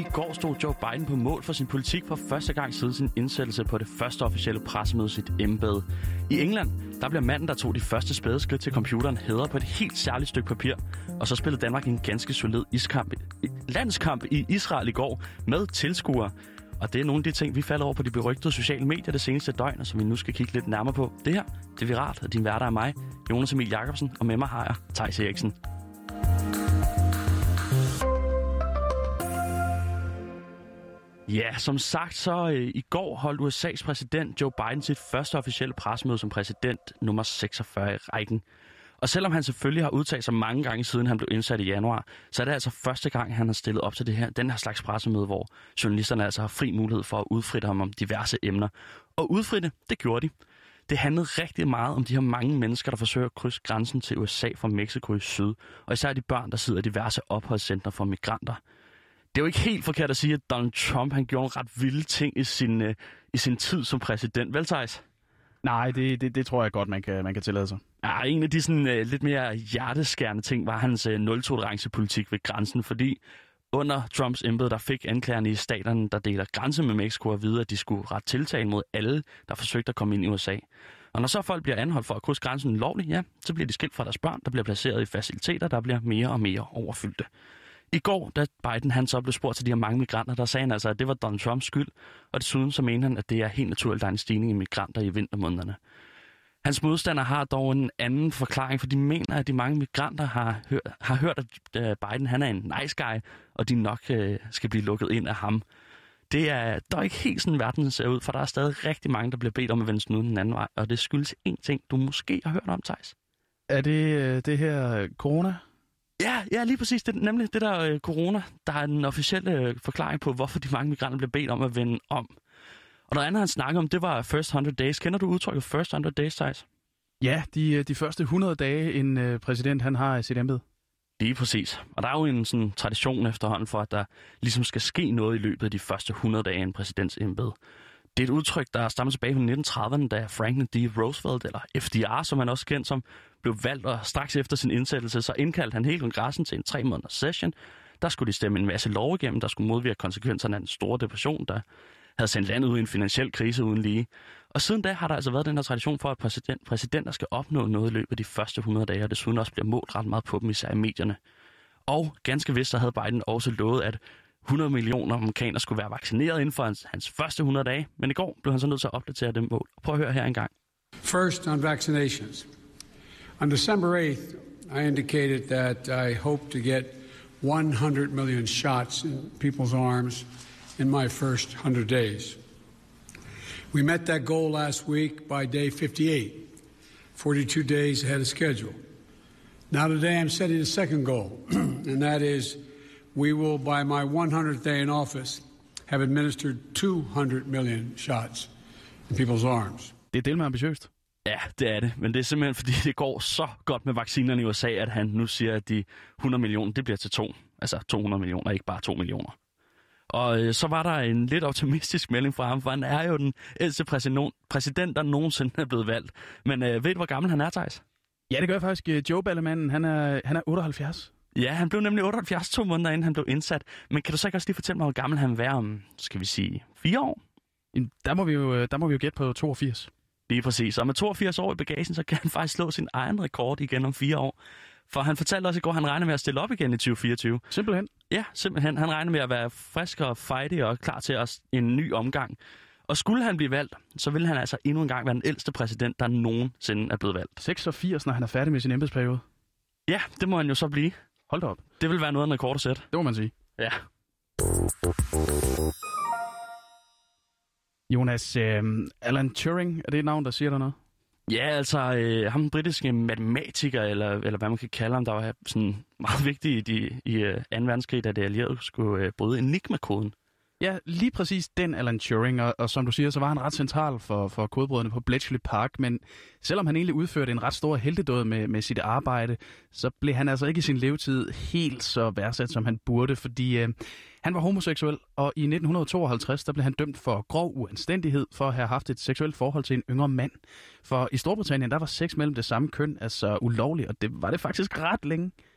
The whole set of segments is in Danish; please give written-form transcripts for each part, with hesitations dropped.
går stod Joe Biden på mål for sin politik for første gang siden sin indsættelse på det første officielle pressemøde sit embede. I England, der bliver manden, der tog de første spæde skridt til computeren, hædret på et helt særligt stykke papir. Og så spillede Danmark en ganske solid landskamp i Israel i går med tilskuere. Og det er nogle af de ting, vi falder over på de berygtede sociale medier det seneste døgn, og som vi nu skal kigge lidt nærmere på. Det her, det er Viralt, og din værter er mig, Jonas Emil Jacobsen, og med mig har jeg Theis Eriksen. Ja, som sagt, så i går holdt USA's præsident Joe Biden sit første officielle pressemøde som præsident nummer 46 i rækken. Og selvom han selvfølgelig har udtalt sig mange gange siden han blev indsat i januar, så er det altså første gang, han har stillet op til den her slags pressemøde, hvor journalisterne altså har fri mulighed for at udfritte ham om diverse emner. Og udfritte, det gjorde de. Det handlede rigtig meget om de her mange mennesker, der forsøger at krydse grænsen til USA fra Mexico i syd, og især de børn, der sidder i diverse opholdscentre for migranter. Det er jo ikke helt forkert at sige, at Donald Trump han gjorde ret vilde ting i sin tid som præsident. Vel, Theis? Nej, det tror jeg godt, man kan tillade sig. Ja, en af de sådan, lidt mere hjerteskærende ting var hans nul-tolerance-politik ved grænsen, fordi under Trumps embede, der fik anklagerne i staterne, der deler grænse med Mexico, at vide, at de skulle ret tiltale mod alle, der forsøgte at komme ind i USA. Og når så folk bliver anholdt for at krydse grænsen lovligt, ja, så bliver de skilt fra deres børn, der bliver placeret i faciliteter, der bliver mere og mere overfyldte. I går, da Biden han så blev spurgt til de her mange migranter, der sagde han altså, at det var Donald Trumps skyld, og desuden så mener han, at det er helt naturligt, der er en stigning i migranter i vintermånederne. Hans modstandere har dog en anden forklaring, for de mener, at de mange migranter har hørt, at Biden han er en nice guy, og de nok skal blive lukket ind af ham. Det er dog ikke helt sådan, verden ser ud, for der er stadig rigtig mange, der bliver bedt om at vende snuden den anden vej, og det skyldes én ting, du måske har hørt om, Theis. Er det her corona? Ja, lige præcis. Det er nemlig det der corona, der er den officielle forklaring på, hvorfor de mange migranter bliver bedt om at vende om. Og noget andet, han snakkede om, det var First 100 Days. Kender du udtrykket First 100 Days, Theis? Ja, de første 100 dage, en præsident han har sit embede. Lige præcis. Og der er jo en sådan tradition efterhånden for, at der ligesom skal ske noget i løbet af de første 100 dage af en præsidents embede. Det er et udtryk, der stammer tilbage fra 1930'erne, da Franklin D. Roosevelt, eller FDR, som han også kendt som, blev valgt, og straks efter sin indsættelse, så indkaldte han hele kongressen til en 3-måneders session. Der skulle de stemme en masse lov igennem, der skulle modvirke konsekvenserne af den store depression, der havde sendt landet ud i en finansiel krise uden lige. Og siden da har der altså været den her tradition for, at præsidenter skal opnå noget i løbet af de første 100 dage, og desuden også bliver målt ret meget på dem, især i medierne. Og ganske vist, så havde Biden også lovet, at 100 millioner amerikanere skulle være vaccineret inden for hans første 100 dage, men i går blev han så nødt til at opdatere dem mål. Prøv at høre her engang. First on vaccinations. On December 8th, I indicated that I hope to get 100 million shots in people's arms in my first 100 days. We met that goal last week by day 58, 42 days ahead of schedule. Now today I'm setting a second goal, and that is we will, by my 100th day in office, have administered 200 million shots in people's arms. Det er del med ambitiøst. Ja, det er det. Men det er simpelthen, fordi det går så godt med vaccinerne i USA, at han nu siger, at de 100 millioner, det bliver til 2. Altså 200 millioner, ikke bare 2 millioner. Og så var der en lidt optimistisk melding fra ham, for han er jo den ældste præsident, der nogensinde er blevet valgt. Men ved du, hvor gammel han er, Theis? Ja, det gør jeg faktisk. Joe Ballemanden, han er 78. Ja, han blev nemlig 78 2 måneder, inden han blev indsat. Men kan du så ikke også lige fortælle mig, hvor gammel han vil være om, skal vi sige, 4 år? Der må vi jo gætte på 82. Lige præcis. Og med 82 år i bagagen, så kan han faktisk slå sin egen rekord igen om 4 år. For han fortalte også i går, at han regner med at stille op igen i 2024. Simpelthen? Ja, simpelthen. Han regner med at være frisk og fighty og klar til en ny omgang. Og skulle han blive valgt, så vil han altså endnu en gang være den ældste præsident, der nogensinde er blevet valgt. 86, når han er færdig med sin embedsperiode. Ja, det må han jo så blive. Hold da op. Det vil være noget af en rekord at sætte. Det må man sige. Ja. Jonas, Alan Turing, er det et navn, der siger dig noget? Ja, altså ham den britiske matematiker, eller hvad man kan kalde ham, der var sådan meget vigtig i 2. verdenskrig, da det allierede skulle bryde Enigma-koden. Ja, lige præcis den Alan Turing, og som du siger, så var han ret central for kodebryderne på Bletchley Park, men selvom han egentlig udførte en ret stor heltedåd med sit arbejde, så blev han altså ikke i sin levetid helt så værdsat, som han burde, fordi han var homoseksuel, og i 1952, der blev han dømt for grov uanstændighed for at have haft et seksuelt forhold til en yngre mand. For i Storbritannien, der var sex mellem det samme køn altså ulovligt, og det var det faktisk ret længe.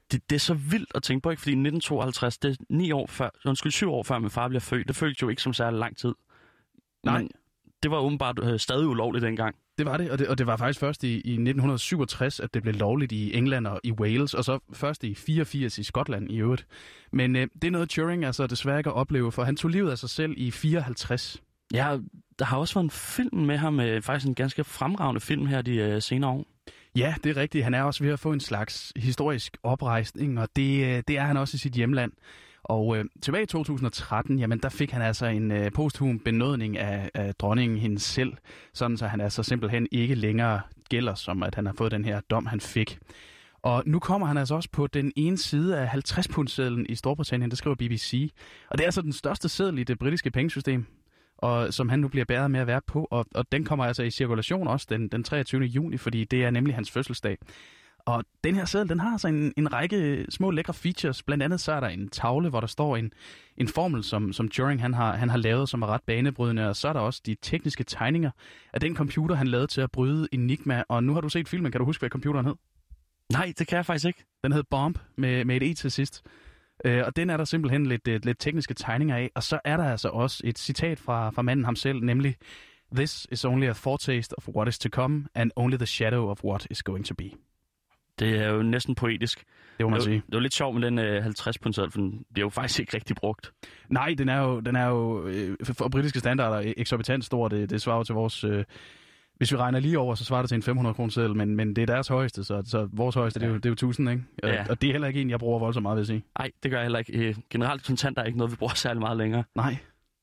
Det er så vildt at tænke på, ikke? Fordi 1952, det er 7 år før min far bliver født. Det føltes jo ikke som særlig lang tid. Nej. Men det var åbenbart stadig ulovligt dengang. Det var det, og det var faktisk først i 1967, at det blev lovligt i England og i Wales, og så først i 84 i Skotland i øvrigt. Men det er noget, Turing altså desværre ikke at opleve, for han tog livet af sig selv i 54. Ja, der har også været en film med ham, faktisk en ganske fremragende film her de senere år. Ja, det er rigtigt. Han er også ved at få en slags historisk oprejsning, og det er han også i sit hjemland. Og tilbage i 2013, jamen der fik han altså en posthum benådning af dronningen hende selv, sådan så han altså simpelthen ikke længere gælder som, at han har fået den her dom, han fik. Og nu kommer han altså også på den ene side af 50-pundssedlen i Storbritannien, det skriver BBC. Og det er altså den største seddel i det britiske pengesystem, og som han nu bliver bedre med at være på. Og den kommer altså i cirkulation også den 23. juni, fordi det er nemlig hans fødselsdag. Og den her seddel, den har altså en række små lækre features. Blandt andet så er der en tavle, hvor der står en formel, som Turing han har lavet, som er ret banebrydende. Og så er der også de tekniske tegninger af den computer, han lavede til at bryde Enigma. Og nu har du set filmen. Kan du huske, hvad computeren hed? Nej, det kan jeg faktisk ikke. Den hed Bomb med et E til sidst. Og den er der simpelthen lidt tekniske tegninger af. Og så er der altså også et citat fra manden ham selv, nemlig "This is only a foretaste of what is to come, and only the shadow of what is going to be." Det er jo næsten poetisk. Det må man sige. Det var lidt sjovt med den 50-pundsseddel, for den bliver jo faktisk ikke rigtig brugt. Nej, den er jo for britiske standarder eksorbitant stor. Det svarer jo til vores... Hvis vi regner lige over, så svarer det til en 500-kroneseddel, men det er deres højeste, så vores højeste, det er jo 1000, ikke? Ja. Og det er heller ikke en, jeg bruger voldsomt meget, vil jeg sige. Nej, det gør jeg heller ikke. Generelt kontanter er ikke noget, vi bruger særlig meget længere. Nej.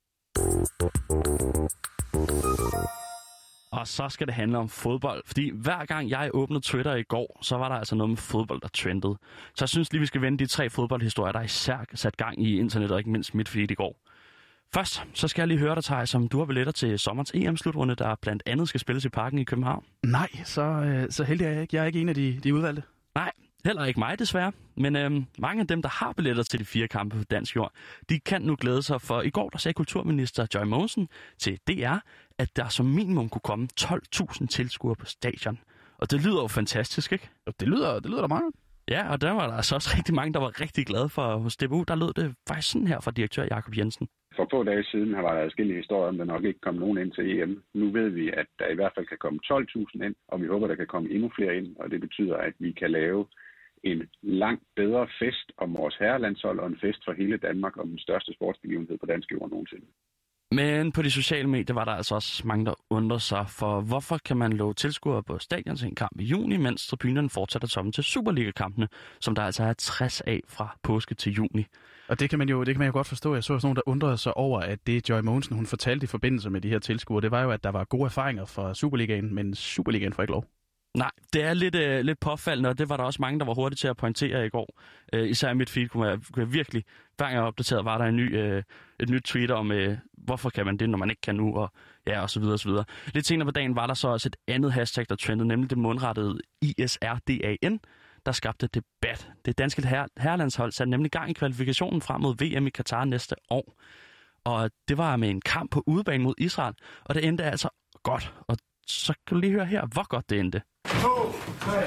Og så skal det handle om fodbold, fordi hver gang jeg åbnede Twitter i går, så var der altså noget med fodbold, der trendede. Så jeg synes lige, vi skal vende de 3 fodboldhistorier, der især sat gang i internet, og ikke mindst mit feed i går. Først, så skal jeg lige høre dig, Thijs, om du har billetter til sommerens EM-slutrunde, der blandt andet skal spilles i Parken i København. Nej, så heldig er jeg ikke. Jeg er ikke en af de udvalgte. Nej, heller ikke mig desværre. Men mange af dem, der har billetter til de 4 kampe på dansk jord, de kan nu glæde sig, for i går der sagde kulturminister Joy Mogensen til DR, at der som minimum kunne komme 12.000 tilskuere på stadion. Og det lyder jo fantastisk, ikke? Det lyder da meget. Ja, og der var der altså også rigtig mange, der var rigtig glade for hos DBU. Der lød det faktisk sådan her fra direktør Jakob Jensen. For få dage siden har der forskellige historier om, der nok ikke kom nogen ind til EM. Nu ved vi, at der i hvert fald kan komme 12.000 ind, og vi håber, der kan komme endnu flere ind. Og det betyder, at vi kan lave en langt bedre fest om vores herrelandshold og en fest for hele Danmark om den største sportsbegivenhed på dansk jord nogensinde. Men på de sociale medier var der altså også mange, der undrede sig for, hvorfor kan man love tilskuere på stadion til en kamp i juni, mens tribunerne fortsætter tomme til Superliga-kampene, som der altså er 60 af fra påske til juni. Og det kan man jo godt forstå. Jeg så sådan nogen, der undrede sig over, at det Joy Mogensen hun fortalte i forbindelse med de her tilskuere, det var jo, at der var gode erfaringer fra Superligaen, men Superligaen får ikke lov. Nej, det er lidt påfaldende, og det var der også mange, der var hurtige til at pointere i går. Især i mit feed kunne jeg virkelig, hver gang jeg opdateret, var der et nyt tweet om, hvorfor kan man det, når man ikke kan nu, og ja, og så videre, og så videre. Lidt senere på dagen var der så også et andet hashtag, der trendede, nemlig det mundrettede ISRDAN, der skabte debat. Det danske herrelandshold satte nemlig gang i kvalifikationen frem mod VM i Katar næste år. Og det var med en kamp på udebane mod Israel, og det endte altså godt. Og så kan du lige høre her, hvor godt det endte. 2, 3.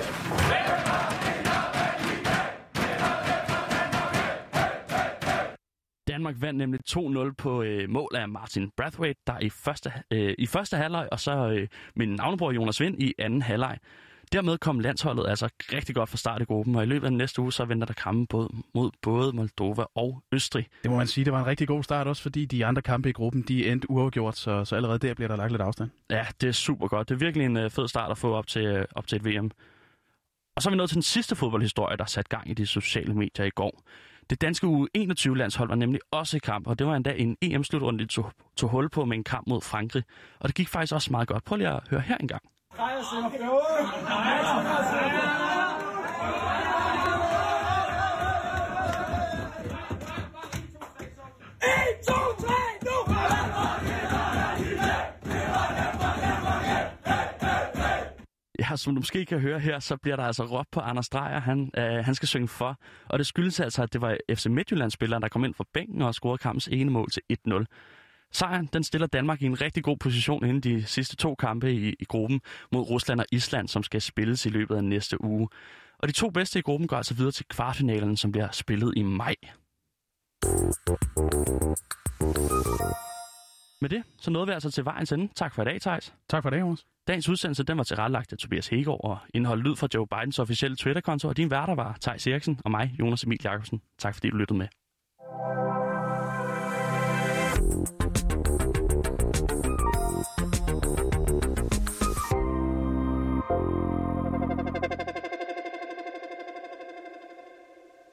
Danmark vandt nemlig 2-0 på mål af Martin Brathwaite, der i første halvleg, og så min navnebror Jonas Vind i anden halvleg. Dermed kom landsholdet altså rigtig godt fra start i gruppen, og i løbet af næste uge, så venter der kampe mod både Moldova og Østrig. Det må man sige, det var en rigtig god start også, fordi de andre kampe i gruppen, de endte uafgjort, så allerede der bliver der lagt lidt afstand. Ja, det er super godt. Det er virkelig en fed start at få op til et VM. Og så er vi nået til den sidste fodboldhistorie, der satte gang i de sociale medier i går. Det danske U21-landshold var nemlig også i kamp, og det var endda en EM-slutrunde, de tog hul på med en kamp mod Frankrig. Og det gik faktisk også meget godt. Prøv lige at høre her engang. Ja, som du måske kan høre her, så bliver der altså råbt på Anders Dreyer. Han skal synge for, og det skyldes altså, at det var FC Midtjyllands-spilleren, der kom ind fra bænken og scorede kampens ene mål til 1-0. Sejren den stiller Danmark i en rigtig god position inden de sidste 2 kampe i gruppen mod Rusland og Island, som skal spilles i løbet af næste uge. Og de 2 bedste i gruppen går altså videre til kvartfinalen, som bliver spillet i maj. Med det, så nåede vi altså til vejens ende. Tak for i dag, Theis. Tak for det, Jonas. Dagens udsendelse den var tilrettelagt af Tobias Hegaard og indeholdt lyd fra Joe Bidens officielle Twitter-konto, og din værter var Theis Eriksen og mig, Jonas Emil Jakobsen. Tak fordi du lyttede med.